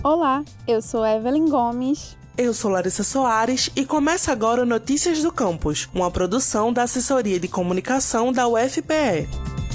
Olá, eu sou Evelyn Gomes. Eu sou Larissa Soares e começa agora o Notícias do Campus, uma produção da Assessoria de Comunicação da UFPE.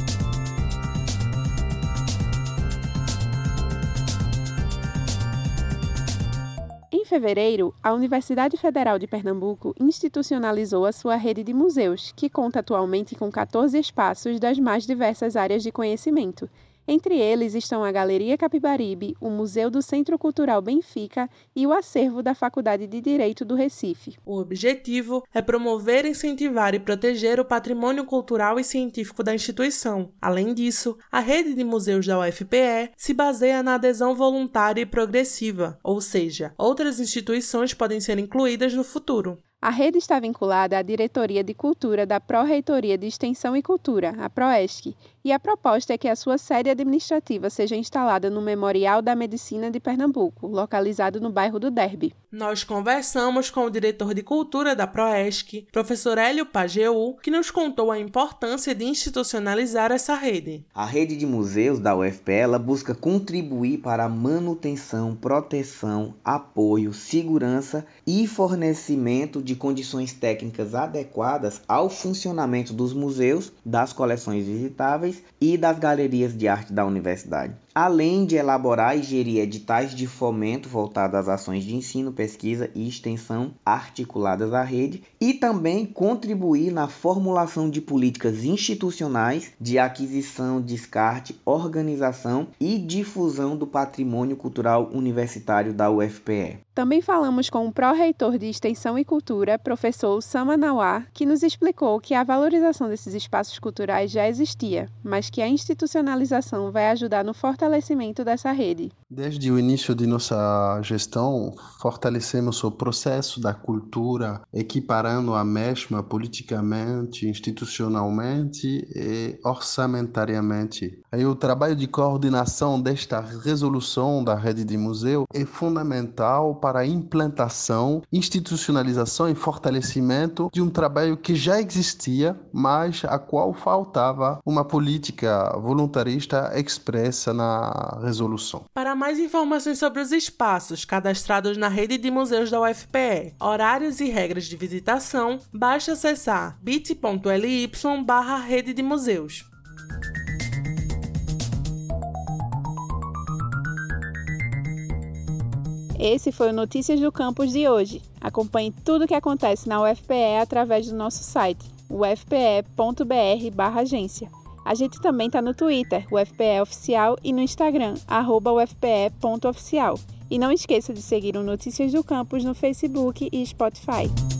Em fevereiro, a Universidade Federal de Pernambuco institucionalizou a sua rede de museus, que conta atualmente com 14 espaços das mais diversas áreas de conhecimento. Entre eles estão a Galeria Capibaribe, o Museu do Centro Cultural Benfica e o acervo da Faculdade de Direito do Recife. O objetivo é promover, incentivar e proteger o patrimônio cultural e científico da instituição. Além disso, a rede de museus da UFPE se baseia na adesão voluntária e progressiva, ou seja, outras instituições podem ser incluídas no futuro. A rede está vinculada à Diretoria de Cultura da Pró-Reitoria de Extensão e Cultura, a PROESC, e a proposta é que a sua sede administrativa seja instalada no Memorial da Medicina de Pernambuco, localizado no bairro do Derby. Nós conversamos com o diretor de Cultura da PROESC, professor Hélio Pajeú, que nos contou a importância de institucionalizar essa rede. A rede de museus da UFPE ela busca contribuir para a manutenção, proteção, apoio, segurança e fornecimento de condições técnicas adequadas ao funcionamento dos museus, das coleções visitáveis e das galerias de arte da universidade, além de elaborar e gerir editais de fomento voltados às ações de ensino, pesquisa e extensão articuladas à rede e também contribuir na formulação de políticas institucionais de aquisição, descarte, organização e difusão do patrimônio cultural universitário da UFPE. Também falamos com o pró-reitor de Extensão e Cultura, professor Sama Nawar, que nos explicou que a valorização desses espaços culturais já existia, mas que a institucionalização vai ajudar no fortalecimento dessa rede. Desde o início de nossa gestão, fortalecemos o processo da cultura, equiparando a mesma politicamente, institucionalmente e orçamentariamente. Aí o trabalho de coordenação desta resolução da rede de museu é fundamental para a implantação, institucionalização e fortalecimento de um trabalho que já existia, mas a qual faltava uma política voluntarista expressa na resolução. Para mais informações sobre os espaços cadastrados na rede de museus da UFPE, horários e regras de visitação, basta acessar bit.ly/rede de museus. Esse foi o Notícias do Campus de hoje. Acompanhe tudo o que acontece na UFPE através do nosso site, ufpe.br/agência. A gente também está no Twitter, UFPE Oficial, e no Instagram, @ufpe.oficial. E não esqueça de seguir o Notícias do Campus no Facebook e Spotify.